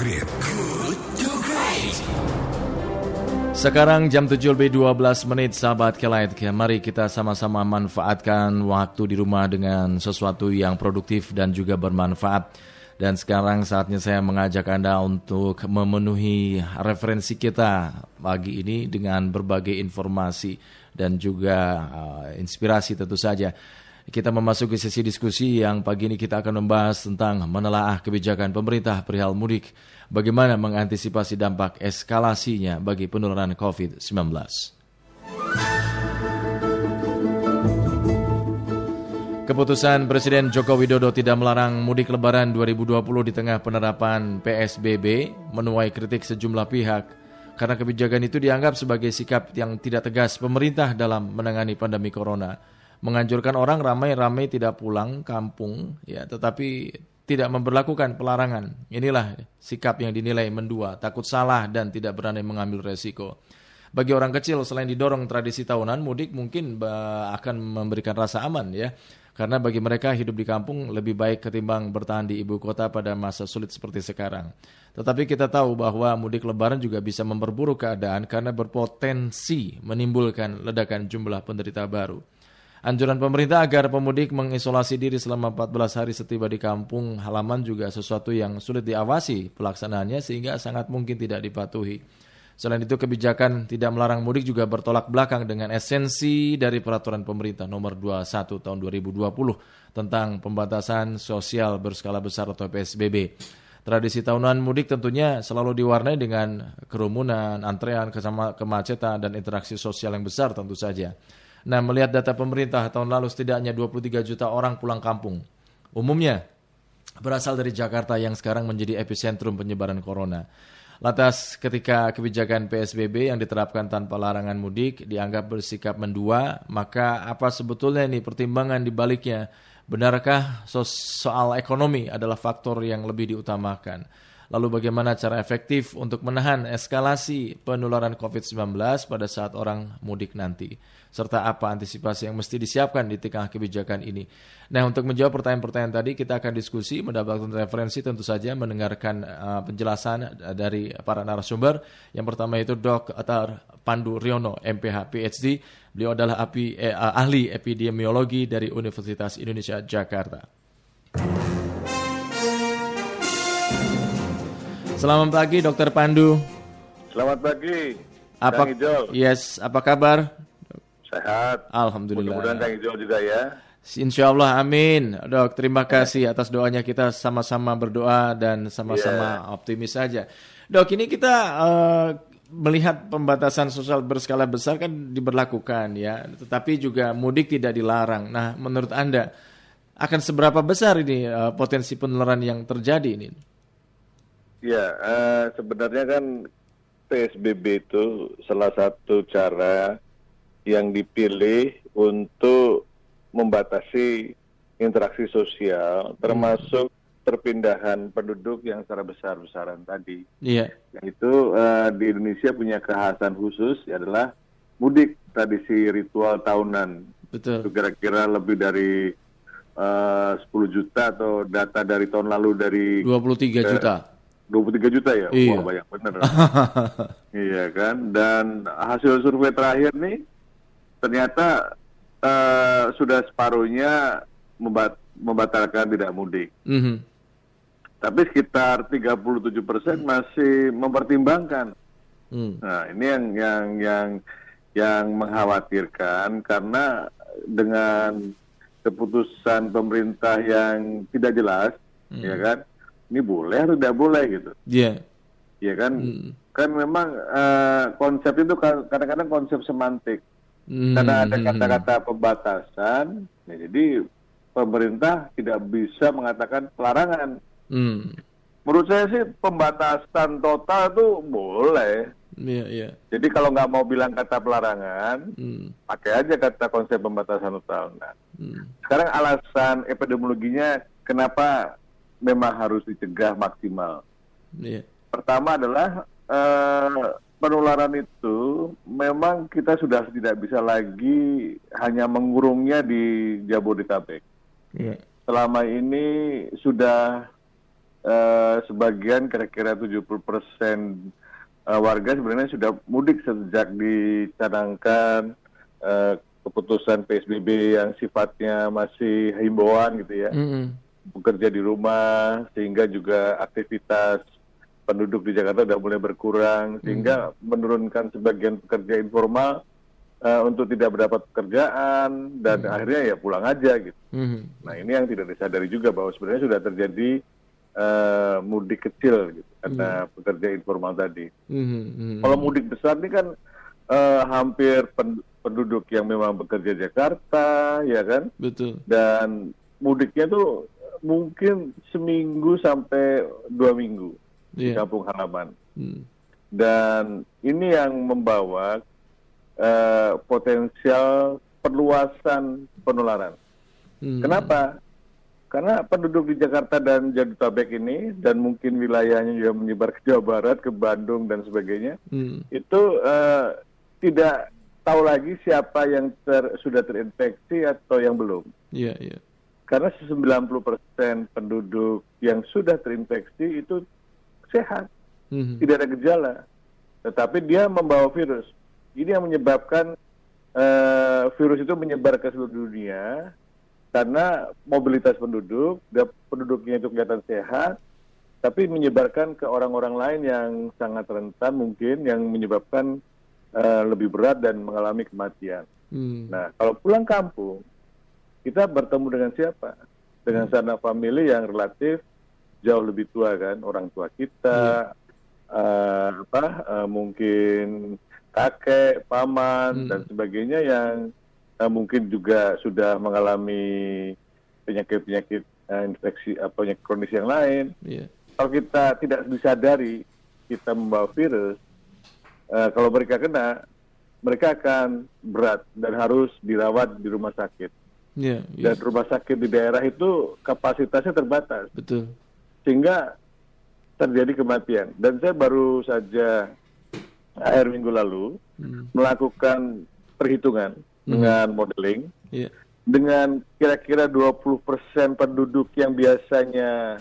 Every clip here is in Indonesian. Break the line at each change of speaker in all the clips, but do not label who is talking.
Great. Good to Great.
Sekarang jam 7:12, sahabat Kelight. Mari kita sama-sama manfaatkan waktu di rumah dengan sesuatu yang produktif dan juga bermanfaat. Dan sekarang saatnya saya mengajak Anda untuk memenuhi referensi kita pagi ini dengan berbagai informasi dan juga inspirasi tentu saja. Kita memasuki sesi diskusi yang pagi ini kita akan membahas tentang menelaah kebijakan pemerintah perihal mudik. Bagaimana mengantisipasi dampak eskalasinya bagi penularan COVID-19. Keputusan Presiden Joko Widodo tidak melarang mudik Lebaran 2020 di tengah penerapan PSBB menuai kritik sejumlah pihak karena kebijakan itu dianggap sebagai sikap yang tidak tegas pemerintah dalam menangani pandemi corona. Menganjurkan orang ramai-ramai tidak pulang kampung, ya, tetapi tidak memberlakukan pelarangan. Inilah sikap yang dinilai mendua, takut salah dan tidak berani mengambil resiko. Bagi orang kecil, selain didorong tradisi tahunan, mudik mungkin akan memberikan rasa aman, ya. Karena bagi mereka hidup di kampung lebih baik ketimbang bertahan di ibu kota pada masa sulit seperti sekarang. Tetapi kita tahu bahwa mudik Lebaran juga bisa memperburuk keadaan karena berpotensi menimbulkan ledakan jumlah penderita baru. Anjuran pemerintah agar pemudik mengisolasi diri selama 14 hari setiba di kampung halaman juga sesuatu yang sulit diawasi pelaksanaannya sehingga sangat mungkin tidak dipatuhi. Selain itu kebijakan tidak melarang mudik juga bertolak belakang dengan esensi dari peraturan pemerintah nomor 21 tahun 2020 tentang pembatasan sosial berskala besar atau PSBB. Tradisi tahunan mudik tentunya selalu diwarnai dengan kerumunan, antrean, kemacetan dan interaksi sosial yang besar tentu saja. Nah, melihat data pemerintah tahun lalu setidaknya 23 juta orang pulang kampung. Umumnya berasal dari Jakarta yang sekarang menjadi epicentrum penyebaran corona. Lantas ketika kebijakan PSBB yang diterapkan tanpa larangan mudik dianggap bersikap mendua, maka apa sebetulnya ini pertimbangan di baliknya? Benarkah soal ekonomi adalah faktor yang lebih diutamakan? Lalu bagaimana cara efektif untuk menahan eskalasi penularan COVID-19 pada saat orang mudik nanti? Serta apa antisipasi yang mesti disiapkan di tengah kebijakan ini? Nah, untuk menjawab pertanyaan-pertanyaan tadi, kita akan diskusi, mendapatkan referensi tentu saja, mendengarkan penjelasan dari para narasumber. Yang pertama itu Dr. Pandu Riono, MPH PhD. Beliau adalah ahli epidemiologi dari Universitas Indonesia Jakarta. Selamat pagi, Dr. Pandu.
Selamat pagi,
Kang
Ijol.
Yes, apa kabar?
Sehat.
Alhamdulillah.
Mudah-mudahan Kang Ijol juga ya.
Insya Allah, amin. Dok, terima kasih atas doanya. Kita sama-sama berdoa dan sama-sama optimis saja. Dok, ini kita melihat pembatasan sosial berskala besar kan diberlakukan ya, tetapi juga mudik tidak dilarang. Nah, menurut Anda akan seberapa besar ini potensi penularan yang terjadi ini?
Ya, sebenarnya kan PSBB itu salah satu cara yang dipilih untuk membatasi interaksi sosial, termasuk perpindahan penduduk yang secara besar-besaran tadi.
Iya.
Yaitu di Indonesia punya kekhasan khusus adalah mudik, tradisi ritual tahunan.
Betul.
Itu kira-kira lebih dari 10 juta atau data dari tahun lalu dari
23 juta.
23 juta ya?
Iya.
Wah, banyak bener. Iya kan? Dan hasil survei terakhir nih, ternyata sudah separuhnya membatalkan tidak mudik.
Mm-hmm.
Tapi sekitar 37% masih mempertimbangkan. Nah, ini yang mengkhawatirkan karena dengan keputusan pemerintah yang tidak jelas, ya kan? Ini boleh atau tidak boleh gitu.
Iya.
Ya kan? Kan memang konsep itu kadang-kadang konsep semantik. Karena ada kata-kata pembatasan, ya, jadi pemerintah tidak bisa mengatakan pelarangan. Menurut saya sih pembatasan total itu boleh.
Iya.
Jadi kalau nggak mau bilang kata pelarangan, pakai aja kata konsep pembatasan total. Nah, sekarang alasan epidemiologinya kenapa memang harus dicegah maksimal.
Iya.
Pertama adalah penularan itu memang kita sudah tidak bisa lagi hanya mengurungnya di Jabodetabek.
Iya.
Selama ini sudah sebagian kira-kira 70% warga sebenarnya sudah mudik sejak dicanangkan keputusan PSBB yang sifatnya masih himbauan gitu ya. Bekerja di rumah, sehingga juga aktivitas penduduk di Jakarta sudah mulai berkurang, sehingga menurunkan sebagian pekerja informal untuk tidak mendapat pekerjaan, dan akhirnya ya pulang aja gitu. Nah ini yang tidak disadari juga bahwa sebenarnya sudah terjadi mudik kecil gitu, karena pekerja informal tadi. Kalau mudik besar ini kan hampir penduduk yang memang bekerja di Jakarta, ya kan?
Betul.
Dan mudiknya tuh mungkin seminggu sampai 2 minggu di kampung halaman. Dan ini yang membawa potensial perluasan penularan. Kenapa? Karena penduduk di Jakarta dan Jabodetabek ini, dan mungkin wilayahnya juga menyebar ke Jawa Barat, ke Bandung dan sebagainya, itu tidak tahu lagi siapa yang sudah terinfeksi atau yang belum. Karena 90% penduduk yang sudah terinfeksi itu sehat, tidak ada gejala, tetapi dia membawa virus. Ini yang menyebabkan virus itu menyebar ke seluruh dunia, karena mobilitas penduduknya itu kelihatan sehat, tapi menyebarkan ke orang-orang lain yang sangat rentan mungkin, yang menyebabkan lebih berat dan mengalami kematian. Nah, kalau pulang kampung, kita bertemu dengan siapa? Dengan sanak famili yang relatif jauh lebih tua kan, orang tua kita, mungkin kakek, paman dan sebagainya yang mungkin juga sudah mengalami penyakit-penyakit infeksi atau penyakit kronis yang lain. Kalau kita tidak disadari kita membawa virus, kalau mereka kena, mereka akan berat dan harus dirawat di rumah sakit. Dan rumah sakit di daerah itu kapasitasnya terbatas.
Betul.
Sehingga terjadi kematian. Dan saya baru saja akhir minggu lalu melakukan perhitungan dengan modeling, dengan kira-kira 20% penduduk yang biasanya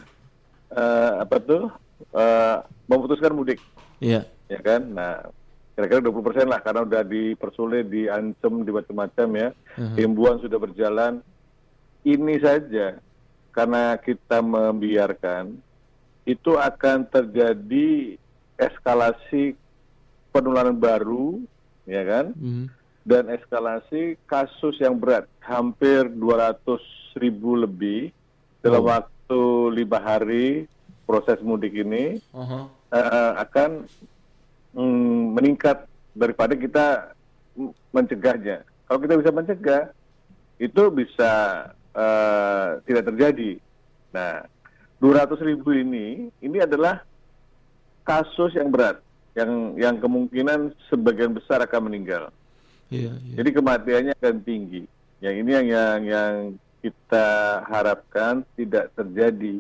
memutuskan mudik. Ya kan? Nah, kira-kira 20% lah, karena udah dipersulit, diancam, di macam-macam ya. Himbauan sudah berjalan. Ini saja, karena kita membiarkan, itu akan terjadi eskalasi penularan baru, ya kan? Dan eskalasi kasus yang berat, hampir 200.000 lebih dalam waktu 5 hari proses mudik ini akan meningkat daripada kita mencegahnya. Kalau kita bisa mencegah, itu bisa tidak terjadi. Nah, 200.000 ini adalah kasus yang berat, yang kemungkinan sebagian besar akan meninggal. Jadi kematiannya akan tinggi. Yang ini yang kita harapkan tidak terjadi,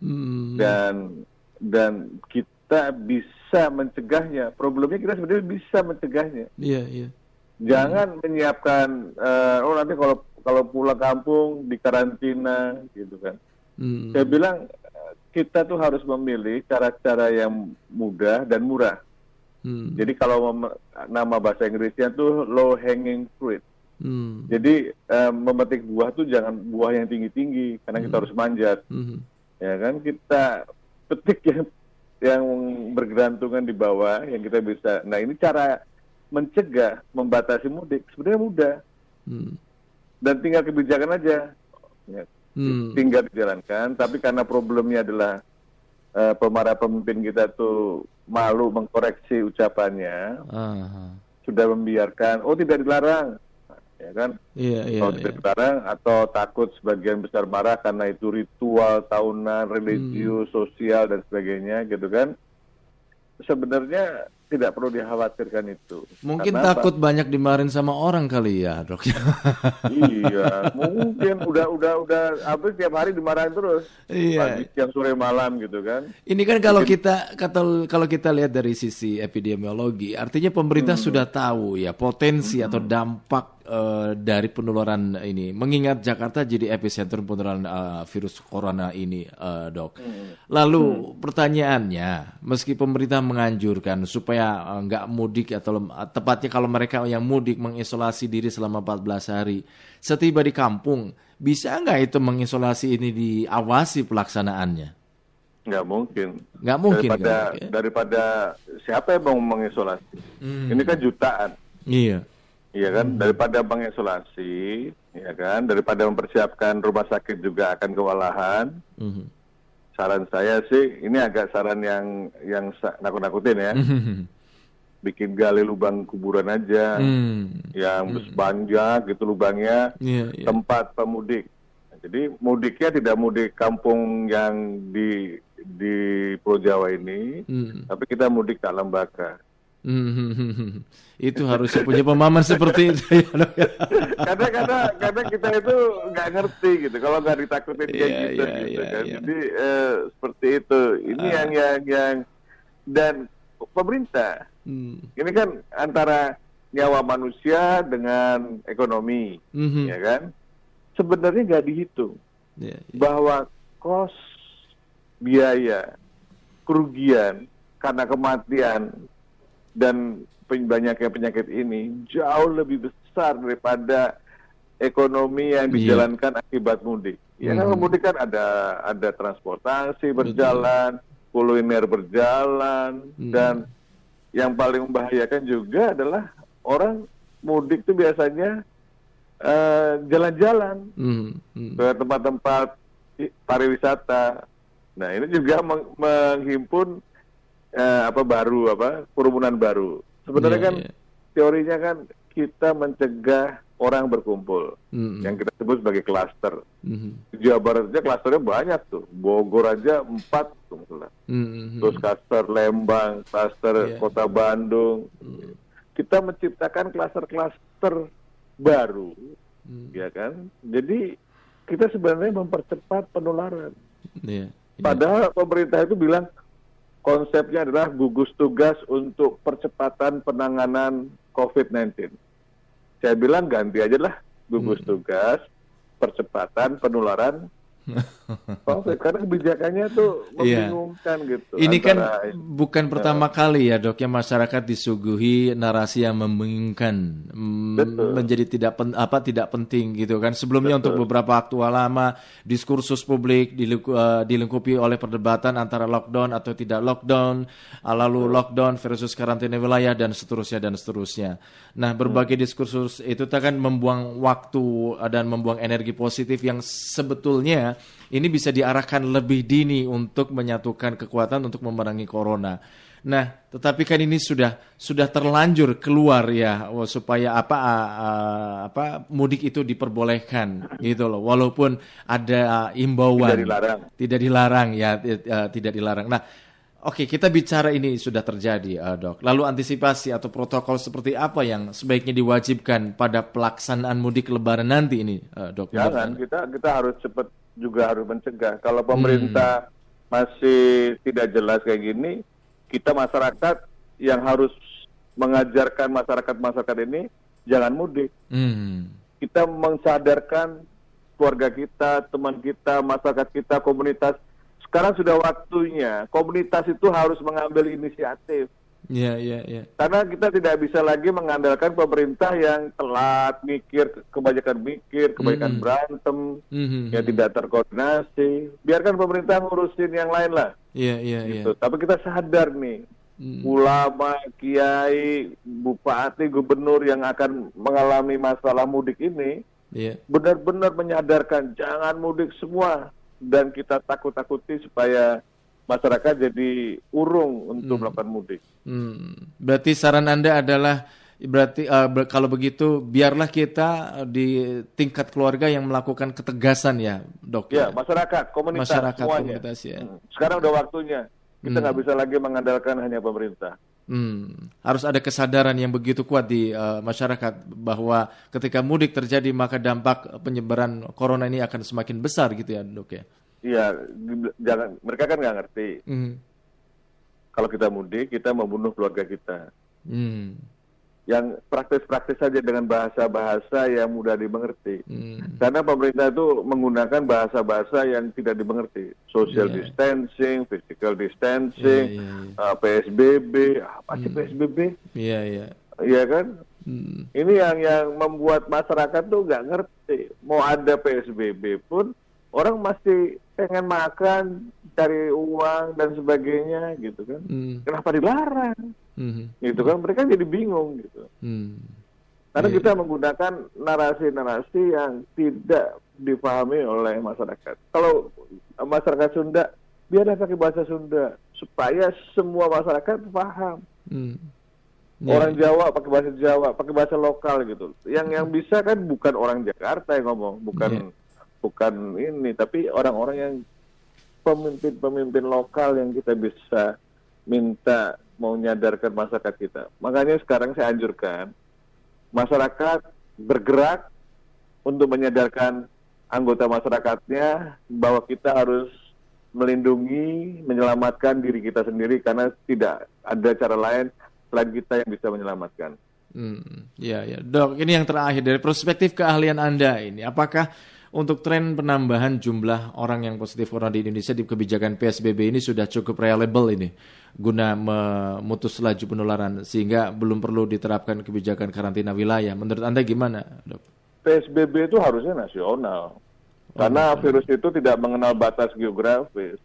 dan kita bisa mencegahnya. Problemnya kita sebenarnya bisa mencegahnya. Jangan menyiapkan nanti kalau pulang kampung di karantina gitu kan. Saya bilang kita tuh harus memilih cara-cara yang mudah dan murah. Jadi kalau nama bahasa Inggrisnya tuh low hanging fruit. Jadi memetik buah tuh jangan buah yang tinggi-tinggi, karena kita harus manjat. Ya kan, kita petik yang bergelantungan di bawah, yang kita bisa. Nah, ini cara mencegah, membatasi mudik sebenarnya mudah. Dan tinggal kebijakan aja. Ya, tinggal dijalankan, tapi karena problemnya adalah pemarah pemimpin kita tuh malu mengkoreksi ucapannya, sudah membiarkan, tidak dilarang, ya kan? Kalau tidak dilarang, atau takut sebagian besar marah karena itu ritual tahunan, religius, sosial dan sebagainya, gitu kan? Sebenarnya tidak perlu dikhawatirkan itu.
Mungkin karena takut banyak dimarahin sama orang kali ya, Dok.
Iya, mungkin udah habis tiap hari dimarahin terus. Pagi, siang, sore, malam gitu kan.
Ini kan kalau kita lihat dari sisi epidemiologi, artinya pemerintah sudah tahu ya potensi atau dampak dari penularan ini? Mengingat Jakarta jadi epicentrum penularan virus corona ini, Dok. Lalu pertanyaannya, meski pemerintah menganjurkan supaya nggak mudik atau tepatnya kalau mereka yang mudik mengisolasi diri selama 14 hari, setiba di kampung, bisa nggak itu mengisolasi ini diawasi pelaksanaannya?
Nggak mungkin.
Nggak mungkin.
Daripada siapa yang mau mengisolasi? Ini kan jutaan.
Iya.
Iya kan? Daripada mengisolasi, ya kan? Daripada mempersiapkan rumah sakit juga akan kewalahan. Saran saya sih, ini agak saran yang nakut-nakutin ya. Bikin gali lubang kuburan aja, yang banyak gitu lubangnya, tempat pemudik. Jadi mudiknya tidak mudik kampung yang di Pulau Jawa ini, tapi kita mudik ke Lembaka.
Itu harusnya punya pemahaman seperti itu.
Karena kita itu nggak ngerti gitu, kalau nggak ditakutin kayak gitu kan. Jadi seperti itu. Ini yang dan pemerintah. Ini kan antara nyawa manusia dengan ekonomi, ya kan? Sebenarnya nggak dihitung bahwa kos biaya kerugian karena kematian dan banyaknya penyakit ini jauh lebih besar daripada ekonomi yang dijalankan akibat mudik. Ya kan mudik kan ada transportasi berjalan, kuliner berjalan, dan yang paling membahayakan juga adalah orang mudik itu biasanya jalan-jalan ke tempat-tempat pariwisata. Nah ini juga menghimpun kerumunan baru. Sebenarnya teorinya kan kita mencegah orang berkumpul, yang kita sebut sebagai klaster. Di Jawa Barat aja klasternya banyak tuh, Bogor aja 4 tuh misalnya. Terus klaster Lembang, klaster Kota Bandung. Kita menciptakan klaster-klaster baru, ya kan? Jadi kita sebenarnya mempercepat penularan. Padahal pemerintah itu bilang konsepnya adalah gugus tugas untuk percepatan penanganan COVID-19. Saya bilang ganti aja lah gugus tugas percepatan penularan COVID, karena kebijakannya tuh membingungkan gitu.
Ini kan bukan pertama kali ya Dok, yang masyarakat disuguhi narasi yang membingungkan, menjadi tidak penting gitu kan. Sebelumnya untuk beberapa waktu lama diskursus publik dilingkupi oleh perdebatan antara lockdown atau tidak lockdown, lalu lockdown versus karantina wilayah dan seterusnya. Nah, berbagai diskursus itu kan membuang waktu dan membuang energi positif yang sebetulnya ini bisa diarahkan lebih dini untuk menyatukan kekuatan untuk memerangi corona. Nah, tetapi kan ini sudah terlanjur keluar ya, supaya mudik itu diperbolehkan gitu loh. Walaupun ada imbauan tidak dilarang. Nah, oke, kita bicara ini sudah terjadi, Dok. Lalu antisipasi atau protokol seperti apa yang sebaiknya diwajibkan pada pelaksanaan mudik Lebaran nanti ini, Dok?
Jangan, kita harus cepat juga harus mencegah. Kalau pemerintah masih tidak jelas kayak gini, kita masyarakat yang harus mengajarkan masyarakat ini jangan mudik. Kita mensadarkan keluarga kita, teman kita, masyarakat kita, komunitas. Sekarang sudah waktunya komunitas itu harus mengambil inisiatif. Karena kita tidak bisa lagi mengandalkan pemerintah yang telat, kebanyakan berantem, yang tidak terkoordinasi. Biarkan pemerintah ngurusin yang lain lah. Gitu. Tapi kita sadar nih, ulama, kiai, bupati, gubernur yang akan mengalami masalah mudik ini, benar-benar menyadarkan jangan mudik semua, dan kita takut-takuti supaya masyarakat jadi urung untuk melakukan mudik.
Berarti saran Anda adalah kalau begitu biarlah kita di tingkat keluarga yang melakukan ketegasan ya, Dok.
Ya, masyarakat, komunitas semuanya. Sekarang udah waktunya. Kita nggak bisa lagi mengandalkan hanya pemerintah.
Harus ada kesadaran yang begitu kuat di masyarakat bahwa ketika mudik terjadi maka dampak penyebaran corona ini akan semakin besar gitu ya, Dok ya.
Iya, mereka kan nggak ngerti. Kalau kita mudik, kita membunuh keluarga kita. yang praktis-praktis saja dengan bahasa-bahasa yang mudah dimengerti. Karena pemerintah itu menggunakan bahasa-bahasa yang tidak dimengerti. Social distancing, physical distancing, PSBB, apa sih PSBB? Iya kan? Ini yang membuat masyarakat tuh nggak ngerti. Mau ada PSBB pun orang masih pengen makan, cari uang dan sebagainya gitu kan. Kenapa dilarang? Gitu kan, mereka jadi bingung gitu. Karena kita menggunakan narasi-narasi yang tidak dipahami oleh masyarakat. Kalau masyarakat Sunda, biarlah pakai bahasa Sunda supaya semua masyarakat paham. Orang Jawa pakai bahasa Jawa, pakai bahasa lokal gitu. Yang bisa kan bukan orang Jakarta yang ngomong, bukan ini, tapi orang-orang yang pemimpin lokal yang kita bisa minta mau nyadarkan masyarakat kita. Makanya sekarang saya anjurkan masyarakat bergerak untuk menyadarkan anggota masyarakatnya bahwa kita harus melindungi, menyelamatkan diri kita sendiri karena tidak ada cara lain selain kita yang bisa menyelamatkan.
Ya, Dok, ini yang terakhir dari perspektif keahlian Anda ini, apakah untuk tren penambahan jumlah orang yang positif corona di Indonesia di kebijakan PSBB ini sudah cukup reliable ini guna memutus laju penularan sehingga belum perlu diterapkan kebijakan karantina wilayah? Menurut Anda gimana, Dok?
PSBB itu harusnya nasional karena virus itu tidak mengenal batas geografis.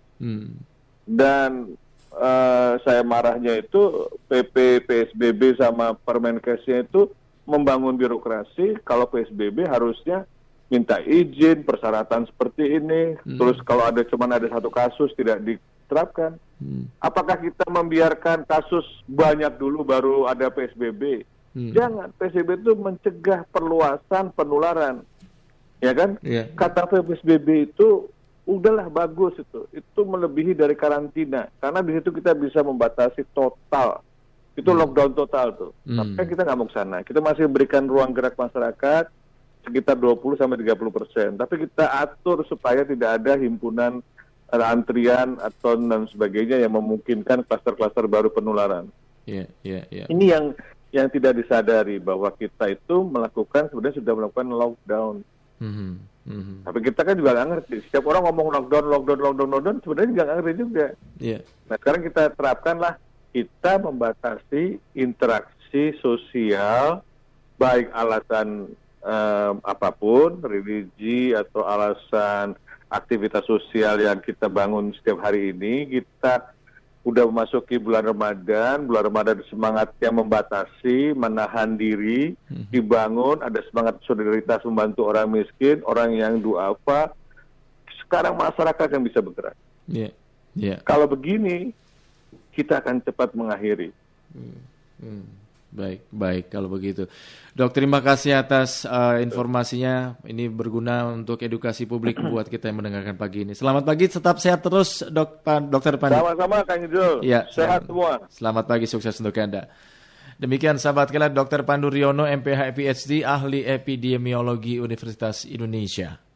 Dan saya marahnya itu PP, PSBB sama Permenkesnya itu membangun birokrasi. Kalau PSBB harusnya minta izin, persyaratan seperti ini, terus kalau cuma ada satu kasus tidak diterapkan. Apakah kita membiarkan kasus banyak dulu baru ada PSBB? Jangan, PSBB itu mencegah perluasan penularan, ya kan? Kata PSBB itu udahlah bagus itu melebihi dari karantina, karena di situ kita bisa membatasi total, itu lockdown total tuh. Tapi kita nggak mau ke sana, kita masih memberikan ruang gerak masyarakat sekitar 20-30%. Tapi kita atur supaya tidak ada himpunan antrian atau dan sebagainya yang memungkinkan klaster-klaster baru penularan. Ini yang tidak disadari bahwa kita itu sebenarnya sudah melakukan lockdown. Tapi kita kan juga nggak ngerti. Setiap orang ngomong lockdown, sebenarnya nggak ngerti juga. Nah sekarang kita terapkanlah, kita membatasi interaksi sosial, baik alasan apapun, religi atau alasan aktivitas sosial yang kita bangun setiap hari ini. Kita udah memasuki bulan Ramadan semangatnya membatasi, menahan diri, dibangun, ada semangat solidaritas membantu orang miskin, orang yang duafa. Sekarang masyarakat yang bisa bergerak. Kalau begini, kita akan cepat mengakhiri.
Baik kalau begitu. Dok, terima kasih atas informasinya. Ini berguna untuk edukasi publik buat kita yang mendengarkan pagi ini. Selamat pagi, tetap sehat terus, Dokter Pandu.
Sama-sama, Kang Yudul. Sehat semua.
Selamat pagi, sukses untuk Anda. Demikian sahabat kalian, Dr. Pandu Riono, MPH PhD, ahli epidemiologi Universitas Indonesia.